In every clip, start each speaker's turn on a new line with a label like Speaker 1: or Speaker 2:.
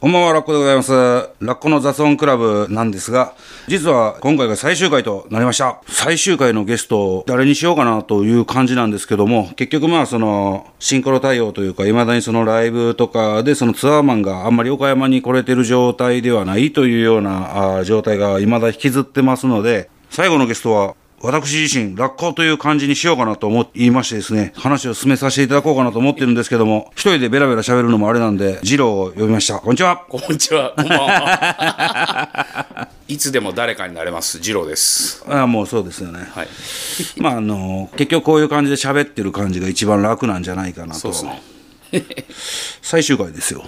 Speaker 1: こんばんは、ラッコでございます。ラッコの雑音クラブなんですが、実は今回が最終回となりました。最終回のゲスト、誰にしようかなという感じなんですけども、結局シンクロ対応というか、未だにライブとかでツアーマンがあんまり岡山に来れてる状態ではないというような状態が未だ引きずってますので、最後のゲストは、私自身、ラッコという感じにしようかなと言いましてですね、話を進めさせていただこうかなと思ってるんですけども、一人でベラベラ喋るのもあれなんで、ジローを呼びました。こんにちは。
Speaker 2: こんにちは。こんばんは。いつでも誰かになれます。ジローです。
Speaker 1: もうそうですよね。
Speaker 2: はい。
Speaker 1: 結局こういう感じで喋ってる感じが一番楽なんじゃないかなと。
Speaker 2: そうですね。
Speaker 1: 最終回ですよ。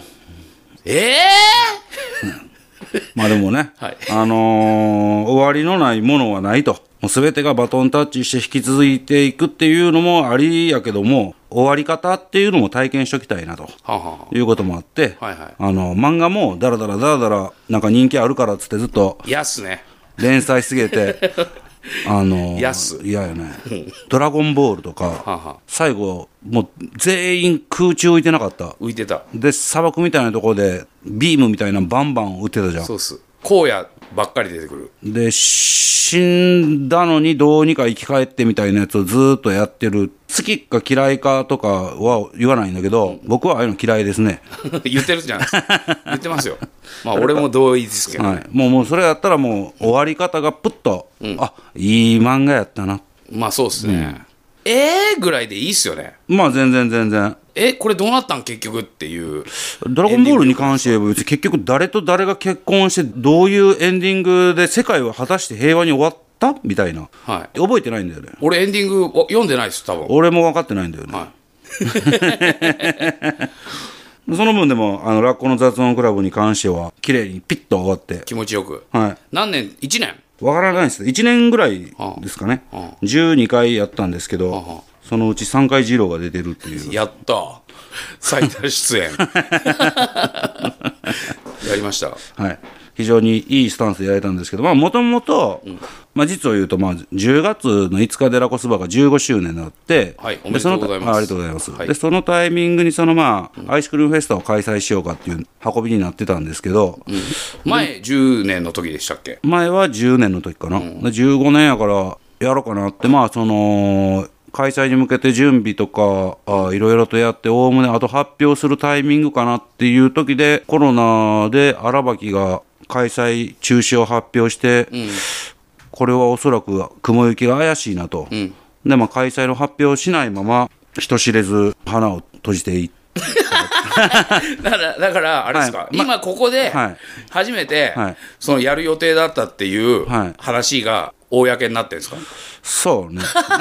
Speaker 1: まあでもね、
Speaker 2: はい、
Speaker 1: 終わりのないものはないと。もう全てがバトンタッチして引き続いていくっていうのもありやけども、終わり方っていうのも体験しときたいなということもあって、漫画もダラダラなんか人気あるからっつってずっと連載しすぎて嫌やね。ドラゴンボールとか最後もう全員空中浮いてなかった。
Speaker 2: 浮いてた。
Speaker 1: で砂漠みたいなところでビームみたいなバンバン撃ってたじゃん。
Speaker 2: そうっす。荒野ばっかり出てくる。
Speaker 1: で死んだのにどうにか生き返ってみたいなやつをずーっとやってる。好きか嫌いかとかは言わないんだけど、僕はああいうの嫌いですね。
Speaker 2: 言ってるじゃないですか。言ってますよ。まあ俺も同意ですけど、ね。
Speaker 1: はい、もうそれやったらもう終わり方がプッと、いい漫画やったな。
Speaker 2: まあそうですね。ぐらいでいいっすよね。
Speaker 1: まあ全然。
Speaker 2: これどうなったん結局っていう。
Speaker 1: ドラゴンボールに関して言えば別に結局誰と誰が結婚してどういうエンディングで世界は果たして平和に終わったみたいな、覚えてないんだよね。
Speaker 2: 俺エンディング読んでないです多分。
Speaker 1: 俺も分かってないんだよね。その分でもラッコの雑音クラブに関しては綺麗にピッと終わって
Speaker 2: 気持ちよく。
Speaker 1: 何
Speaker 2: 年1年
Speaker 1: わからないです。1年ぐらいですかね。12回やったんですけど、そのうち3回ジローが出てるっていう。
Speaker 2: やった最多出演やりました。
Speaker 1: 非常にいいスタンスでやれたんですけど、もともと実を言うと10月の5日でラコスバが15周年になって、
Speaker 2: おめでとうございます。
Speaker 1: ありがとうございます。でそのタイミングにアイスクリームフェスタを開催しようかっていう運びになってたんですけど、
Speaker 2: 前10年の時でしたっけ。
Speaker 1: 前は10年の時かな、15年やからやろうかなって開催に向けて準備とかいろいろとやって、おおむねあと発表するタイミングかなっていう時で、コロナで荒牧が開催中止を発表して、これはおそらく雲行きが怪しいなと、で開催の発表をしないまま人知れず花を閉じていって
Speaker 2: だからあれですか、今ここで初めてやる予定だったっていう話が公になってるんですか。
Speaker 1: そうね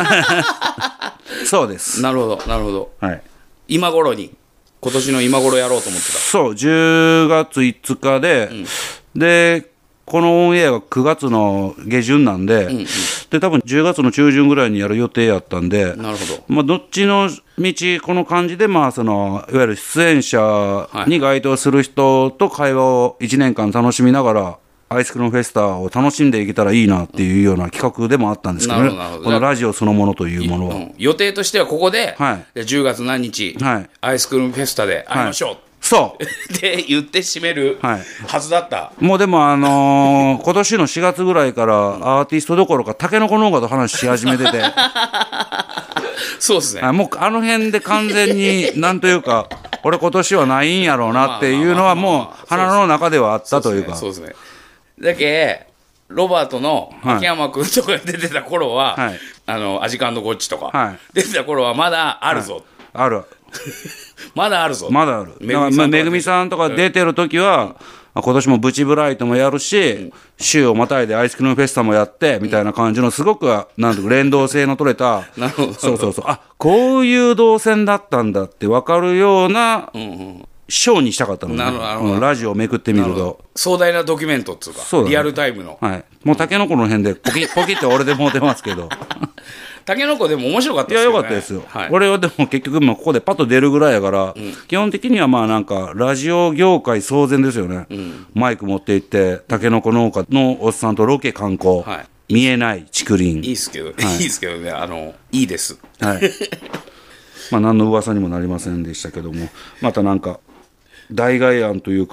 Speaker 1: そうです。
Speaker 2: なるほど、今年の今頃やろうと思ってた。
Speaker 1: そう10月5日で、でこのオンエアが9月の下旬なんで、で多分10月の中旬ぐらいにやる予定やったんで、
Speaker 2: なるほど。
Speaker 1: どっちの道この感じでいわゆる出演者に該当する人と会話を1年間楽しみながらアイスクリームフェスタを楽しんでいけたらいいなっていうような企画でもあったんですけどね、このラジオそのものというものは、
Speaker 2: 予定としてはここで、10月何日、アイスクリームフェスタで会いましょう、
Speaker 1: そう
Speaker 2: って言って締めるはずだった、
Speaker 1: もうでも今年の4月ぐらいからアーティストどころかタケノコ農家と話し始めてて
Speaker 2: そうですね、
Speaker 1: もうあの辺で完全になんというか俺今年はないんやろうなっていうのはもう鼻の中ではあったというか、
Speaker 2: そうですね。だけロバートの秋山君とか出てた頃は、アジカンドゴッチとか、出てた頃はまだあるぞ、
Speaker 1: ある
Speaker 2: まだあるぞ、
Speaker 1: まだある。めぐみさんとか出てる時は、今年もブチブライトもやるし、週をまたいでアイスクリームフェスタもやってみたいな感じのすごくなんていうか連動性の取れたそうこういう動線だったんだって分かるようなショーにしたかったのね。ラジオをめくってみると
Speaker 2: 壮大なドキュメントっていうか、リアルタイムの、
Speaker 1: もうタケノコの辺でポキって俺でもうてますけど
Speaker 2: タケノコでも面白かったです
Speaker 1: よね。いや良かったですよ、俺はでも結局ここでパッと出るぐらいやから、基本的にはなんかラジオ業界騒然ですよね、マイク持って行ってタケノコ農家のおっさんとロケ観光、見えない竹林、
Speaker 2: いいですけど、いいですけどね、いいです
Speaker 1: 何の噂にもなりませんでしたけども、またなんか代替案というか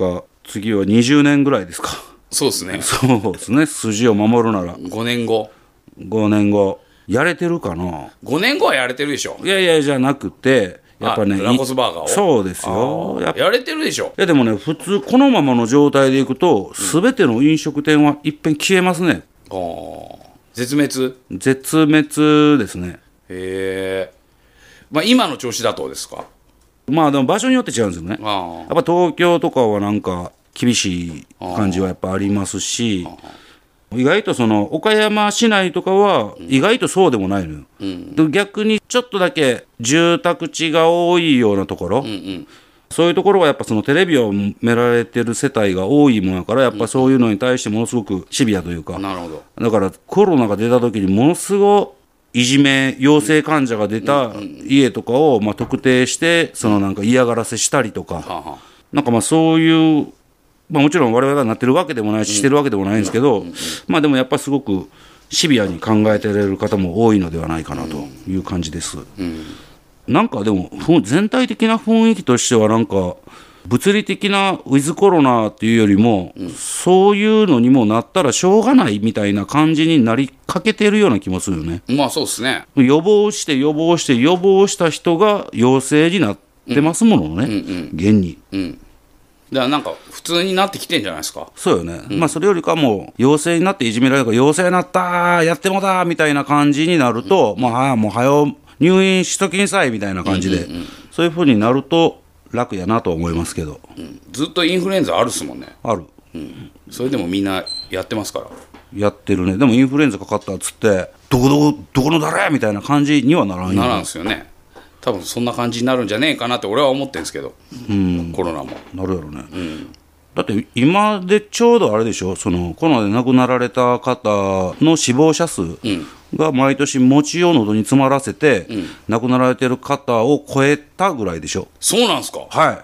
Speaker 1: 次は20年ぐらいですか。
Speaker 2: そうですね。
Speaker 1: そうですね。筋を守るなら。
Speaker 2: 5年後。
Speaker 1: 5年後。やれてるかな。
Speaker 2: 5年後はやれてるでしょ。
Speaker 1: いやいや、じゃなくて、やっぱね、
Speaker 2: ラコスバーガーを。
Speaker 1: そうですよ。
Speaker 2: やれてるでしょ。
Speaker 1: いやでもね、普通このままの状態でいくと、すべての飲食店はいっぺん消えますね。
Speaker 2: 絶滅
Speaker 1: ですね。
Speaker 2: へえ。まあ今の調子だとですか。
Speaker 1: まあでも場所によって違うんですよね。やっぱ東京とかはなんか厳しい感じはやっぱありますし、意外とその岡山市内とかは意外とそうでもないのよ、逆にちょっとだけ住宅地が多いようなところ、そういうところはやっぱそのテレビを見られてる世帯が多いものだから、やっぱそういうのに対してものすごくシビアというか、
Speaker 2: なるほど。
Speaker 1: だからコロナが出た時にものすごいいじめ陽性患者が出た家とかをまあ特定してそのなんか嫌がらせしたりとか、なんかまあそういう、まあ、もちろん我々がなってるわけでもないししてるわけでもないんですけど、まあでもやっぱすごくシビアに考えてられる方も多いのではないかなという感じです。なんかでも全体的な雰囲気としてはなんか物理的なウィズコロナっていうよりも、そういうのにもなったらしょうがないみたいな感じになりかけてるような気もするよね。
Speaker 2: まあそうですね。
Speaker 1: 予防した人が陽性になってますものね、現に。
Speaker 2: だからなんか普通になってきてんじゃないですか。
Speaker 1: そうよね、まあそれよりかも陽性になっていじめられるから陽性になったやってもだみたいな感じになると、まあもう早う入院しときんさいみたいな感じで、そういう風になると楽やなと思いますけど、
Speaker 2: ずっとインフルエンザあるっすもんね。
Speaker 1: ある、
Speaker 2: それでもみんなやってますから。
Speaker 1: やってるね。でもインフルエンザかかったっつってどこの誰みたいな感じにはならんよね。
Speaker 2: ならんすよね。多分そんな感じになるんじゃねえかなって俺は思ってるんですけど、コロナも
Speaker 1: なるやろね、だって今でちょうどあれでしょ、そのコロナで亡くなられた方の死亡者数が毎年餅を喉に詰まらせて、亡くなられてる方を超えたぐらいでしょ。
Speaker 2: そうなんすか。
Speaker 1: はい。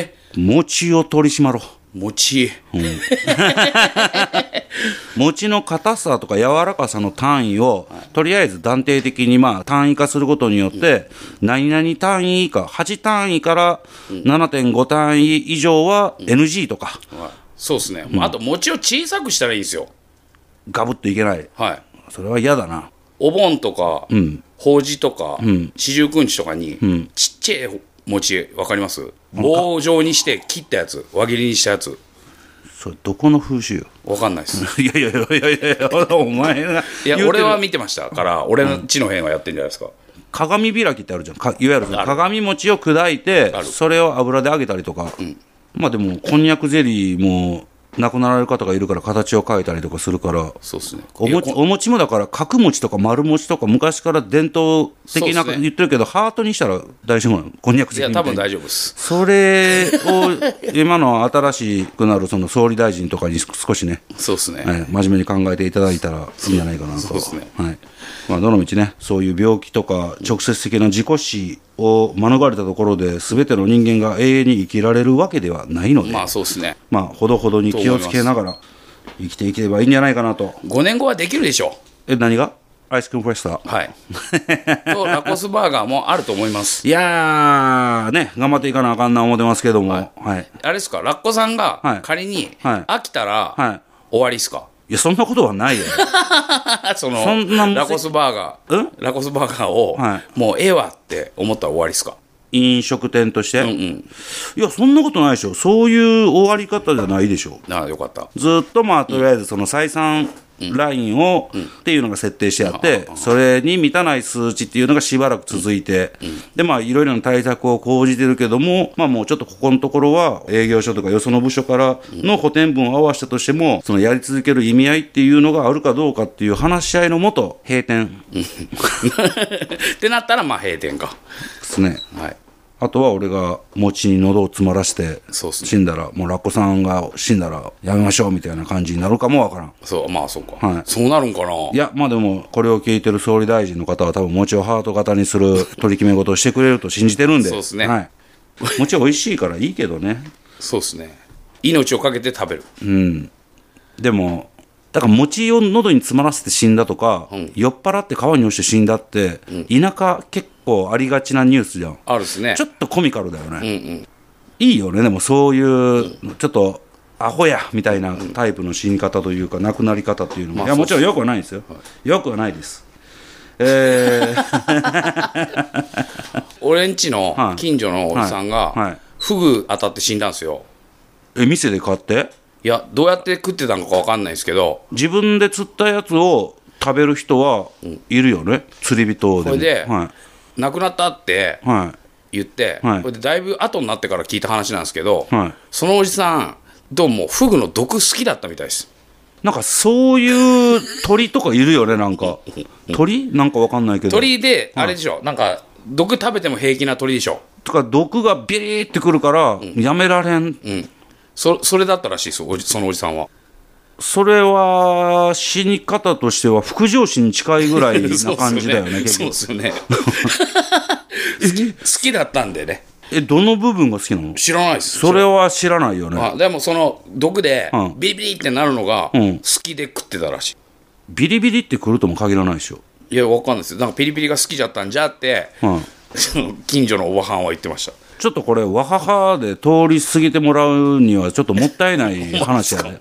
Speaker 1: 餅を取り締まろう。餅、餅の硬さとか柔らかさの単位を、とりあえず断定的にまあ単位化することによって、何々単位以下8単位から 7.5 単位以上は NG とか、
Speaker 2: そうですね、あと餅を小さくしたらいいんですよ。
Speaker 1: ガブッといけない、それは嫌だな。
Speaker 2: お盆とか、法事とか、四十九日とかに、ちっちゃい餅分かります？棒状にして切ったやつ、輪切りにしたやつ。
Speaker 1: それどこの風習よ。
Speaker 2: 分かんないです。
Speaker 1: いやお前が。
Speaker 2: いや俺は見てましたから俺の地の辺はやってるんじゃないですか。
Speaker 1: 鏡開きってあるじゃん。いわゆる鏡餅を砕いてそれを油で揚げたりとか、まあでもこんにゃくゼリーも亡くなられる方がいるから形を変えたりとかするから、
Speaker 2: そうですね。
Speaker 1: お餅もだから角餅とか丸餅とか昔から伝統的な言ってるけど、ハートにしたら大丈夫なの？こんにゃくゼリーみたいな。
Speaker 2: いや多分大丈夫です。
Speaker 1: それを今の新しくなるその総理大臣とかに少しね、
Speaker 2: そうですね、
Speaker 1: 真面目に考えていただいたらいいんじゃないかなと。
Speaker 2: そうですね、
Speaker 1: まあ、どのみちね、そういう病気とか直接的な自己死を免れたところで全ての人間が永遠に生きられるわけではないので、
Speaker 2: まあそうですね、
Speaker 1: まあほどほどに気をつけながら生きていければいいんじゃないかなと。
Speaker 2: 5年後はできるでしょう。
Speaker 1: 何が？アイスクリームフェスタ。
Speaker 2: とラコスバーガーもあると思います。
Speaker 1: いやーね、頑張っていかなあかんな思ってますけども、
Speaker 2: あれですか、ラッコさんが仮に飽きたら終わりですか？
Speaker 1: いやそんなことはないよ。
Speaker 2: そのラコスバーガーを、もうええわって思ったら終わりですか？
Speaker 1: 飲食店として、いやそんなことないでしょ。そういう終わり方じゃないでしょ。
Speaker 2: よかった。
Speaker 1: ずっとまあとりあえずその採算ラインをっていうのが設定してあって、それに満たない数値っていうのがしばらく続いて、でまあいろいろな対策を講じてるけども、まあもうちょっとここのところは営業所とかよその部署からの補填分を合わせたとしても、そのやり続ける意味合いっていうのがあるかどうかっていう話し合いのもと閉店
Speaker 2: ってなったらまあ閉店か
Speaker 1: ですね。あとは俺が餅に喉を詰まらせて死んだら、もうラッコさんが死んだらやめましょうみたいな感じになるかもわからん。
Speaker 2: まあそうか、そうなるんかな。
Speaker 1: いやまあでもこれを聞いてる総理大臣の方は多分餅をハート型にする取り決め事をしてくれると信じてるんで。
Speaker 2: そうですね、
Speaker 1: 餅美味しいからいいけどね。
Speaker 2: そうですね、命をかけて食べる。
Speaker 1: でもだから餅を喉に詰まらせて死んだとか、酔っ払って川に落ちて死んだって、田舎結構ありがちなニュースじゃん。
Speaker 2: あるっすね。
Speaker 1: ちょっとコミカルだよね。 いいよね。でもそういうちょっとアホやみたいなタイプの死に方というか亡くなり方というのも、いやもちろんよくはないですよ、よくはないです。
Speaker 2: 俺んちの近所のおじさんがフグ当たって死んだんですよ。
Speaker 1: 店で買って？
Speaker 2: いや、どうやって食ってたのか分かんないですけど、
Speaker 1: 自分で釣ったやつを食べる人はいるよね、釣り人でも。
Speaker 2: それで、亡くなったって言って、
Speaker 1: はい
Speaker 2: それでだいぶ後になってから聞いた話なんですけど、
Speaker 1: はい
Speaker 2: そのおじさんどうもフグの毒好きだったみたいです。
Speaker 1: なんかそういう鳥とかいるよね、なんか鳥なんかわかんないけど、
Speaker 2: 鳥であれでしょ、なんか毒食べても平気な鳥でしょ。
Speaker 1: とか毒がビリーってくるからやめられん、
Speaker 2: それだったらしいですよ、そのおじさんは。
Speaker 1: それは死に方としては副上司に近いぐらいな感じだよね。
Speaker 2: そうですよね好きだったんでね。
Speaker 1: どの部分が好きなの？
Speaker 2: 知らないです。
Speaker 1: それは知らないよね。
Speaker 2: でもその毒でビリビリってなるのが
Speaker 1: うん
Speaker 2: 好きで食ってたらしい。
Speaker 1: ビリビリってくるとも限らないでしょ。
Speaker 2: いや、わかんないですよ。なんかピリピリが好きじゃったんじゃって、その近所のおばはんは言ってました。
Speaker 1: ちょっとこれわははで通り過ぎてもらうにはちょっともったいない話やね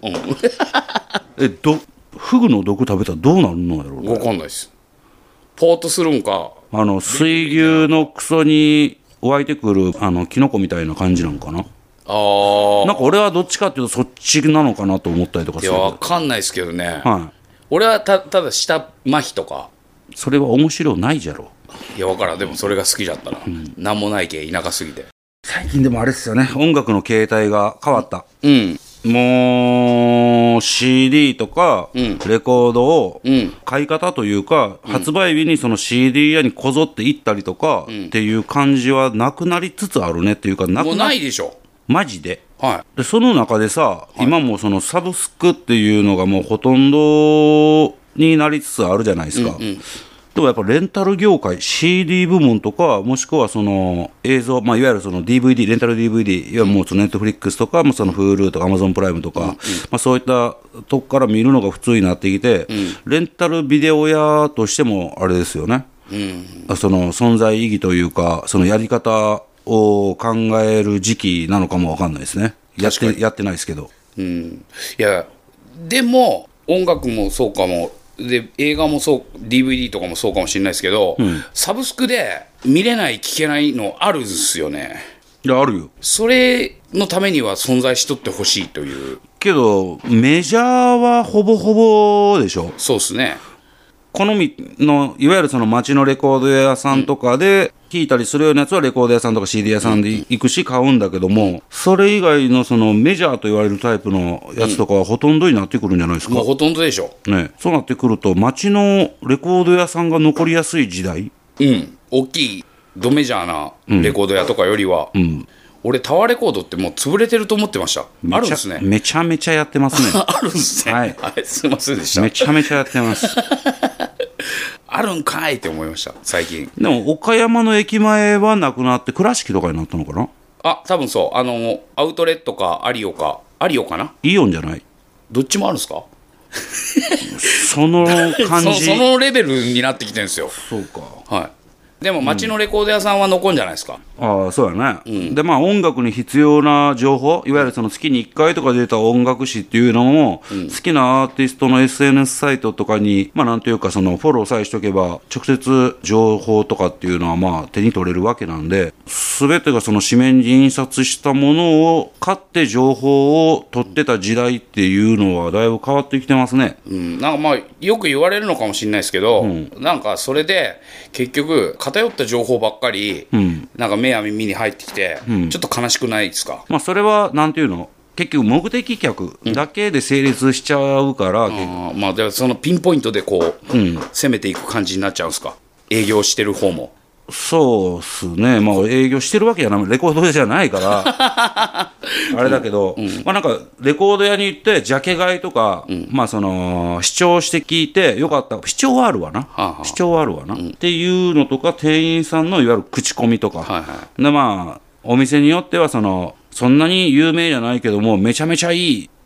Speaker 1: フグの毒食べたらどうなるのやろう。
Speaker 2: わかんないです。ポーっとするんか。
Speaker 1: 水牛のクソに湧いてくるキノコみたいな感じなんかな。なんか俺はどっちかっていうとそっちなのかなと思ったりとかする。
Speaker 2: いや、わかんないですけどね、
Speaker 1: 俺
Speaker 2: はただ下麻痺とか。
Speaker 1: それは面白ないじゃろ。
Speaker 2: いや、わからん。でもそれが好きだったら、なんもないけ田舎すぎて。
Speaker 1: 最近でもあれですよね、音楽の形態が変わった。
Speaker 2: うん
Speaker 1: もう CD とかレコードを
Speaker 2: ん
Speaker 1: 買い方というか、発売日にその CD 屋にこぞって行ったりとかっていう感じはなくなりつつあるねっていうか、
Speaker 2: もうないでしょ。
Speaker 1: マジで。
Speaker 2: は
Speaker 1: でその中でさ、今もそのサブスクっていうのがもうほとんどになりつつあるじゃないですか。でもやっぱレンタル業界 CD 部門とか、もしくはその映像、いわゆるその DVD レンタル DVD、いわゆるもうそのネットフリックスとか、もうその Hulu とか Amazon プライムとか、そういったとこから見るのが普通になってきて、レンタルビデオ屋としてもあれですよね、その存在意義というか、そのやり方を考える時期なのかもわかんないですね。やってないですけど。
Speaker 2: いや、でも音楽もそうかもで、映画もそう、 DVD とかもそうかもしれないですけど、サブスクで見れない聞けないのあるんですよね。
Speaker 1: いや、あるよ。そ
Speaker 2: れのためには存在しとってほしいという。
Speaker 1: けどメジャーはほぼほぼでしょ。
Speaker 2: そうですね。
Speaker 1: 好みのいわゆるその街のレコード屋さんとかで聴いたりするようなやつはレコード屋さんとか CD 屋さんで行くし買うんだけども、それ以外のそのメジャーと言われるタイプのやつとかはほとんどになってくるんじゃないですか。
Speaker 2: もうほとんどでしょ。
Speaker 1: ね、そうなってくると街のレコード屋さんが残りやすい時代、
Speaker 2: 大きいドメジャーなレコード屋とかよりは、俺タワーレコードってもう潰れてると思ってました。あるんですね。
Speaker 1: めちゃめちゃやってますね
Speaker 2: あるんですね。はい、すいませんでした。
Speaker 1: めちゃめちゃやってます
Speaker 2: あるんかいって思いました最近。
Speaker 1: でも岡山の駅前はなくなって倉敷とかになったのかな。
Speaker 2: 多分そう、アウトレットかアリオかな、
Speaker 1: イオンじゃない、
Speaker 2: どっちもあるんですか
Speaker 1: その感じ
Speaker 2: そのレベルになってきてるんですよ。
Speaker 1: そうか。
Speaker 2: はい。でも街のレコード屋さんは残るんじゃないですか。
Speaker 1: そうやね、で音楽に必要な情報、いわゆるその月に1回とか出た音楽誌っていうのも、好きなアーティストの SNS サイトとかになんというかそのフォローさえしとけば直接情報とかっていうのは手に取れるわけなんで、全てがその紙面に印刷したものを買って情報を取ってた時代っていうのはだいぶ変わってきてますね。
Speaker 2: なんかよく言われるのかもしれないですけど、なんかそれで結局偏った情報ばっかり、なんか目や耳に入ってきて、ちょっと悲しくないですか。
Speaker 1: それはなんていうの、結局目的客だけで成立しちゃうから、
Speaker 2: でそのピンポイントでこう、攻めていく感じになっちゃうんですか、営業してる方も。
Speaker 1: そうっすね、営業してるわけじゃない、レコード屋じゃないからあれだけど、なんかレコード屋に行ってジャケ買いとか、その視聴して聞いてよかった、視聴はあるわな、視聴はあるわな、っていうのとか、店員さんのいわゆる口コミとか、でお店によってはそんなに有名じゃないけどもめちゃめちゃいい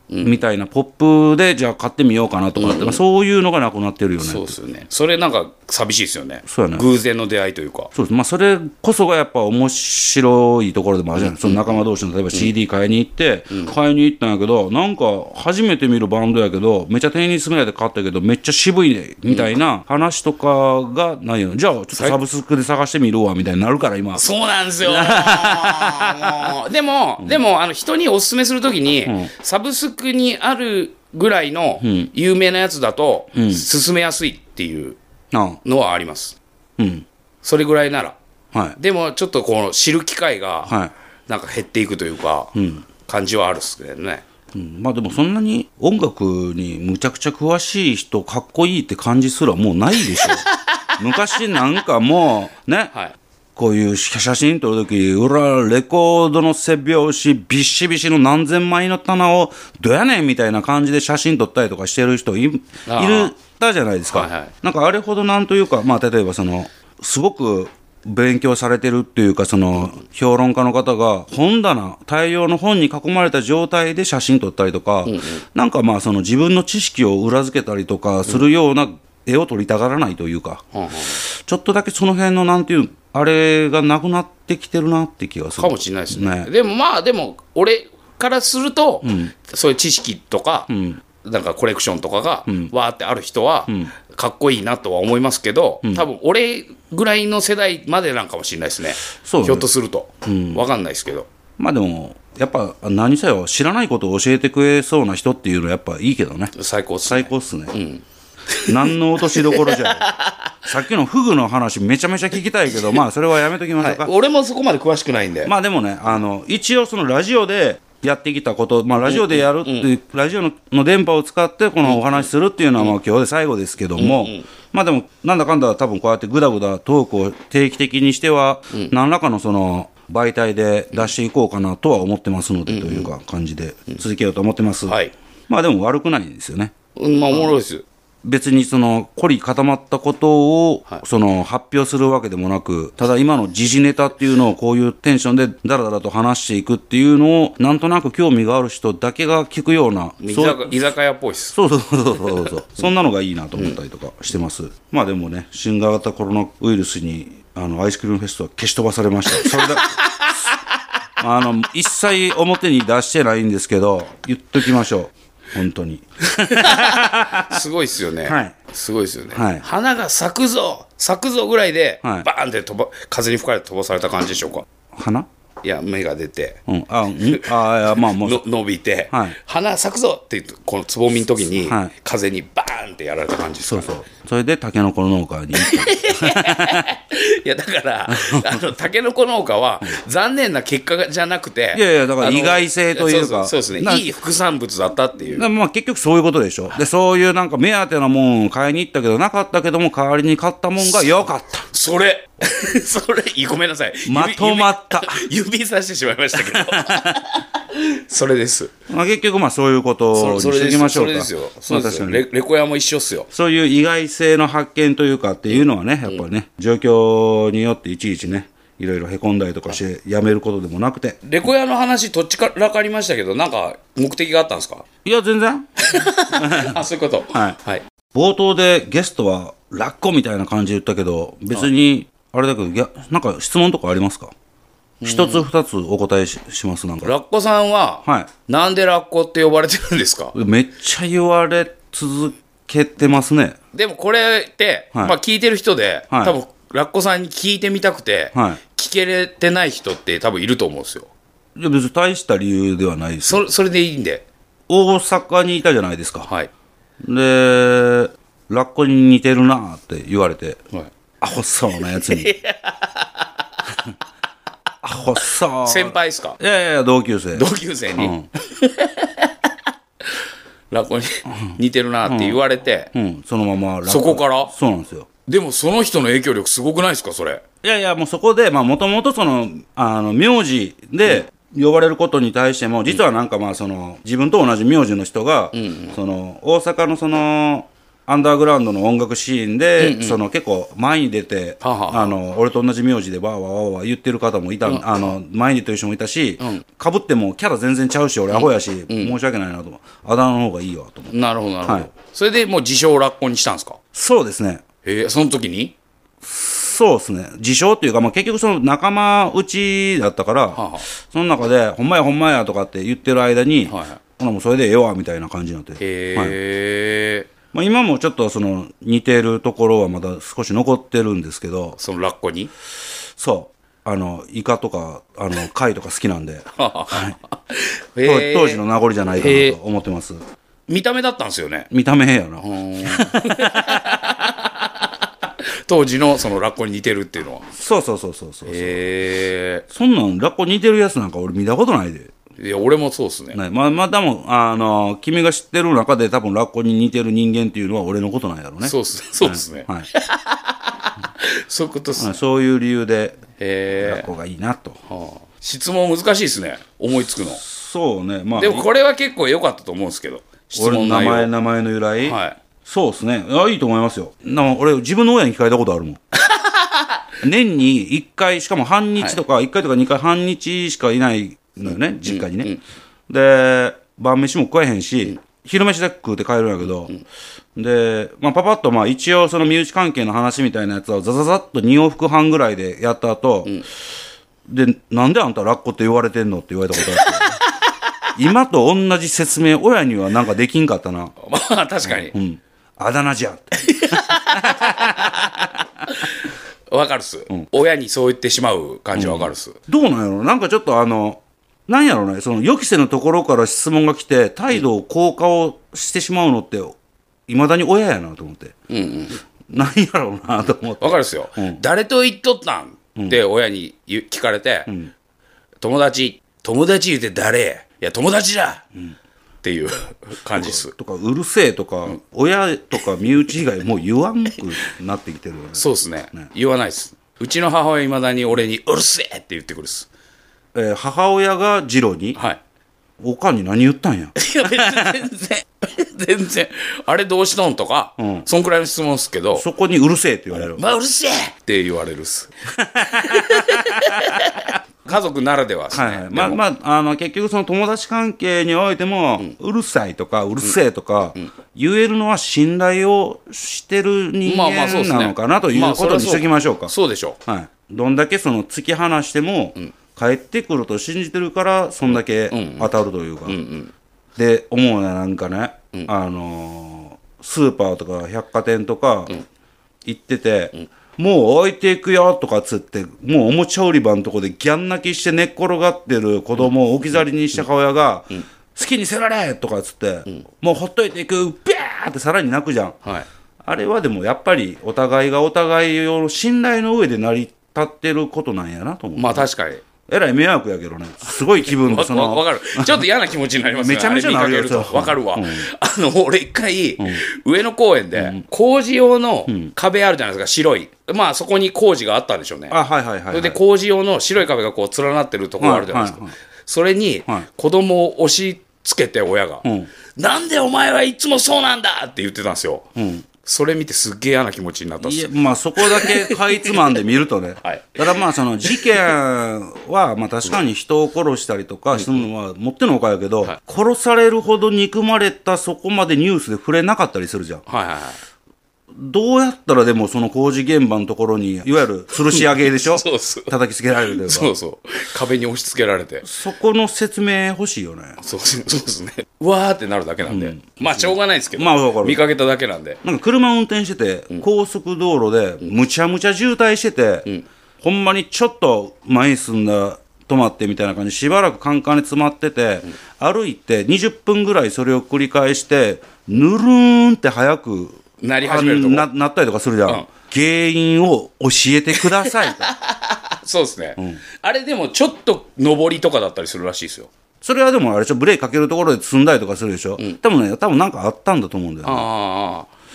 Speaker 1: みたいなポップでじゃあ買ってみようかなとかって、そういうのがなくなってるよね。
Speaker 2: そうですよね。それなんか寂しいですよね。
Speaker 1: そうやね。
Speaker 2: 偶然の出会いというか。
Speaker 1: そうです。まあそれこそがやっぱ面白いところでもあるじゃない、その仲間同士の例えば CD 買いに行って、買いに行ったんやけど、なんか初めて見るバンドやけどめっちゃ店員に勧められて買ったけどめっちゃ渋いねみたいな話とかがないよ。じゃあちょっとサブスクで探してみるわみたいになるから今。
Speaker 2: そうなんですよ。もうでも人におすすめするときに、サブスクにあるぐらいの有名なやつだと進めやすいっていうのはあります。それぐらいなら。
Speaker 1: はい、
Speaker 2: でもちょっとこの知る機会がなんか減っていくというか、感じはあるっすけどね。
Speaker 1: まあでもそんなに音楽にむちゃくちゃ詳しい人かっこいいって感じすらもうないでしょ。昔なんかもうね、こういう写真撮るとき裏レコードの背拍子ビシビシの何千枚の棚をどやねんみたいな感じで写真撮ったりとかしてる人いるたじゃないですか、なんかあれほどなんというか、まあ例えばそのすごく勉強されてるっていうか、その評論家の方が本棚大量の本に囲まれた状態で写真撮ったりとか、なんかまあその自分の知識を裏付けたりとかするような絵を撮りたがらないというか、ちょっとだけその辺のなんていうあれがなくなってきてるなって気がする
Speaker 2: かもしれないですね。でも俺からすると、そういう知識とか、なんかコレクションとかがわーってある人はかっこいいなとは思いますけど、多分俺ぐらいの世代までなんかもしれないですね。ひょっとすると、分かんないですけど。
Speaker 1: まあでもやっぱ何せよ知らないことを教えてくれそうな人っていうのはやっぱいいけどね。
Speaker 2: 最高っすね。
Speaker 1: 最高っすね。何の落としどころじゃさっきのフグの話めちゃめちゃ聞きたいけど、まあそれはやめときましょうか。
Speaker 2: 俺もそこまで詳しくないんで。
Speaker 1: まあでもね、一応そのラジオでやってきたこと、まあラジオでやるっていう、ラジオの電波を使ってこのお話しするっていうのはまあ今日で最後ですけども、まあでもなんだかんだ多分こうやってグダグダトークを定期的にしては、何らかのその媒体で出していこうかなとは思ってますので、というか感じで続けようと思ってます。まあでも悪くないんですよね。
Speaker 2: まあおもろいですよ。
Speaker 1: 別にその凝り固まったことをその発表するわけでもなく、ただ今の時事ネタっていうのをこういうテンションでダラダラと話していくっていうのをなんとなく興味がある人だけが聞くような、
Speaker 2: 居酒屋っぽいっす。
Speaker 1: そうそんなのがいいなと思ったりとかしてます。まあでもね、新型コロナウイルスにアイスクリームフェストは消し飛ばされました。それだ一切表に出してないんですけど言っときましょう。本当に
Speaker 2: すごいっすよね、すごいっすよね、花が咲くぞぐらいで、バーンって風に吹かれて飛ばされた感じでしょうか。
Speaker 1: 花
Speaker 2: いや芽が出て、
Speaker 1: まあもう
Speaker 2: 伸びて、花咲くぞって言うとこのつぼみの時に、風にバーンってやられた感じですか、ね、
Speaker 1: それでタケノコ農家に
Speaker 2: いやだからタケノコ農家は残念な結果じゃなくて、
Speaker 1: いやだから意外性というか、
Speaker 2: そうですね、いい副産物だったっていう。
Speaker 1: まあ結局そういうことでしょ。でそういうなんか目当てなもんを買いに行ったけどなかったけども代わりに買ったもんが良かった。
Speaker 2: それごめんなさい、
Speaker 1: まとまった
Speaker 2: 指さしてしまいましたけどそれです、
Speaker 1: まあ、結局まあそういうことにしていきましょうか。
Speaker 2: それですよ。そうですよ、レコヤも一緒っすよ。
Speaker 1: そういう意外性の発見というかっていうのはね、やっぱりね、状況によっていちいちねいろいろへこんだりとかしてやめることでもなくて。
Speaker 2: レコヤの話どっちからかありましたけど、なんか目的があったんですか？
Speaker 1: いや全然
Speaker 2: そういうこと。
Speaker 1: 冒頭でゲストはラッコみたいな感じで言ったけど、別にあれだけど、なんか質問とかありますか？一つ二つお答え しますなんか。
Speaker 2: ラッコさんは、なんでラッコって呼ばれてるんですか？
Speaker 1: めっちゃ言われ続けてますね。
Speaker 2: でもこれって、まあ聞いてる人で、多分ラッコさんに聞いてみたくて、聞けれてない人って多分いると思うんですよ。
Speaker 1: いや別に大した理由ではないです。
Speaker 2: それでいいんで。
Speaker 1: 大阪にいたじゃないですか。でラッコに似てるなって言われて、アホそうなやつにアホそう。
Speaker 2: 先輩ですか？
Speaker 1: いや同級生に、
Speaker 2: ラッコに似てるなって言われて、
Speaker 1: そのまま
Speaker 2: そこから。
Speaker 1: そうなんですよ。
Speaker 2: でもその人の影響力すごくないですかそれ？
Speaker 1: いやもうそこでもともとその名字で呼ばれることに対しても、実はなんかまあその自分と同じ名字の人が、その大阪のそのアンダーグラウンドの音楽シーンで、その結構前に出て、俺と同じ名字でわーわーわーわー言ってる方もいた、前に出てる人もいたし、かぶってもキャラ全然ちゃうし、俺アホやし、申し訳ないなと思う。あだ名の方がいいわと思う。
Speaker 2: なるほどなるほど、それでもう自称ラッコにしたんですか？
Speaker 1: そうですね。
Speaker 2: その時に
Speaker 1: そうですね。自称っていうか、結局その仲間内だったから、その中で、ほんまやほんまやとかって言ってる間に、ほなもうそれでええわみたいな感じになって。今もちょっとその似てるところはまだ少し残ってるんですけど、
Speaker 2: そのラッコに
Speaker 1: そうイカとか貝とか好きなんで、当時の名残じゃないかなと思ってます。
Speaker 2: 見た目だったんですよね。
Speaker 1: 見た目やな。
Speaker 2: 当時のそのラッコに似てるっていうのは。
Speaker 1: そう。そんなんラッコに似てるやつなんか俺見たことないで。
Speaker 2: いや俺もそうっすね。
Speaker 1: でも君が知ってる中で多分ラッコに似てる人間っていうのは俺のことなんやろうね。
Speaker 2: そうっすね。そういうことっすね。
Speaker 1: そういう理由でラッコがいいなと。
Speaker 2: 質問難しいですね。思いつくの。
Speaker 1: そうね。
Speaker 2: でもこれは結構良かったと思うんですけど。
Speaker 1: 質問内容。俺の名前の由来。そうですね。いいと思いますよ。俺自分の親に聞かれたことあるもん。年に1回、しかも半日とか1回とか2回半日しかいないのよね、実家にね。で晩飯も食えへんし、昼飯だけ食うて帰るんやけど、でパパッと一応その身内関係の話みたいなやつをザザザッと2往復半ぐらいでやった後、でなんであんたラッコって言われてんのって言われたことあって今と同じ説明親にはなんかできんかったな。
Speaker 2: 確かに、
Speaker 1: あだ名じゃん
Speaker 2: わかるっす、親にそう言ってしまう感じはわかるっす、
Speaker 1: どうなんやろ。なんかちょっとなんやろね、その予期せぬところから質問が来て態度を硬化をしてしまうのっていまだに親やなと思って、なんやろうなと思って。
Speaker 2: わかるっすよ、誰と言っとったんって親に聞かれて、友達言うて誰？いや友達だ、っていう感じっす。
Speaker 1: とかうるせえとか、親とか身内以外もう言わんくなってきてるよね。
Speaker 2: そうっすね、言わないっす。うちの母親いまだに俺にうるせえって言ってくるっす。
Speaker 1: 母親が次郎に、おかんに何言ったんや。
Speaker 2: いや全然あれどうしとんとか、そんくらいの質問っすけど、
Speaker 1: そこにうるせえって言われる。
Speaker 2: うるせえって言われるっす家族ならではですね。
Speaker 1: 結局その友達関係においても、うるさいとかうるせえとか、言えるのは信頼をしてる人間なのかなということにしときましょうか。
Speaker 2: そうでしょう。
Speaker 1: どんだけその突き放しても、帰ってくると信じてるからそんだけ当たるというか、で思うね。なんかね、スーパーとか百貨店とか行ってて、もう置いていくよとかつって、もうおもちゃ売り場のとこでギャン泣きして寝っ転がってる子供を置き去りにした母親が、好きにせられとかつって、もうほっといていく、ビャーってさらに泣くじゃん。あれはでもやっぱりお互いがお互いを信頼の上で成り立ってることなんやなと思う。
Speaker 2: 確かに
Speaker 1: えらい迷惑やけどね。すごい気分で
Speaker 2: そのわかる。ちょっと嫌な気持ちになりますね。
Speaker 1: めちゃめちゃなるよ。
Speaker 2: わかるわ。俺一回、上野公園で工事用の壁あるじゃないですか、白い。そこに工事があったんでしょうね。それで工事用の白い壁がこう連なってるところあるじゃないですか。それに子供を押し付けて親が、なんでお前はいつもそうなんだって言ってたんですよ。それ見てすっげえ嫌な気持ちになったっす。
Speaker 1: いや、そこだけかいつまんで見るとね、ただその事件は確かに人を殺したりとかするのはもってのほかやけど、殺されるほど憎まれたそこまでニュースで触れなかったりするじゃん。どうやったらでもその工事現場のところにいわゆる吊るし上げでしょ叩きつけられるというか、
Speaker 2: 壁に押し付けられて、
Speaker 1: そこの説明欲しいよね。
Speaker 2: そうですね。うわーってなるだけなんで、しょうがないですけど、見かけただけなんで。
Speaker 1: なんか車運転してて、高速道路でむちゃむちゃ渋滞してて、ほんまにちょっと前に進んだ止まってみたいな感じでしばらくカンカンに詰まってて、歩いて20分ぐらいそれを繰り返してぬるーんって早く
Speaker 2: なり始めると
Speaker 1: なったりとかするじゃん、原因を教えてくださいと
Speaker 2: そうですね、あれでもちょっと上りとかだったりするらしいですよ。
Speaker 1: それはでもあれでしょ、ブレーキかけるところで積んだりとかするでしょ、多分なんかあったんだと思うんだよね。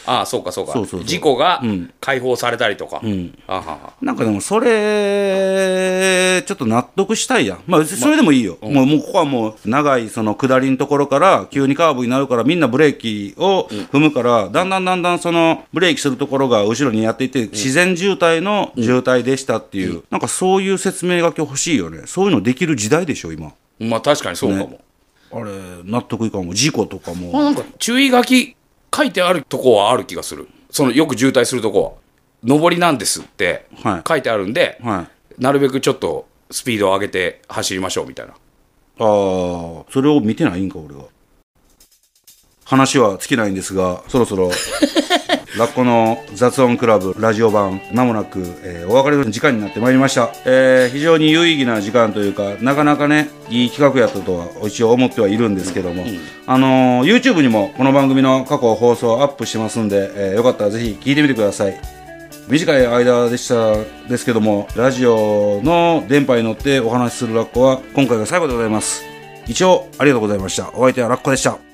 Speaker 2: ああそうか
Speaker 1: そうそうそう
Speaker 2: 事故が解放されたりとか、あはは
Speaker 1: なんかでもそれちょっと納得したいやん。まあそれでもいいよ、もうここはもう長いその下りのところから急にカーブになるからみんなブレーキを踏むから、だんだんそのブレーキするところが後ろにやっていて、自然渋滞の渋滞でしたっていう、なんかそういう説明書き欲しいよね。そういうのできる時代でしょ今。
Speaker 2: まあ確かにそうかも、
Speaker 1: ね、あれ納得いかんも。事故とかも、
Speaker 2: なんか注意書き書いてあるとこはある気がする。そのよく渋滞するとこは上りなんですって書いてあるんで、
Speaker 1: はい、
Speaker 2: なるべくちょっとスピードを上げて走りましょうみたいな。
Speaker 1: ああ、それを見てないんか俺は。話は尽きないんですが、そろそろラッコの雑音クラブラジオ版まもなく、お別れの時間になってまいりました。非常に有意義な時間というか、なかなかねいい企画やったとは一応思ってはいるんですけども、YouTube にもこの番組の過去放送アップしてますんで、よかったらぜひ聞いてみてください。短い間ですけども、ラジオの電波に乗ってお話しするラッコは今回が最後でございます。一応ありがとうございました。お相手はラッコでした。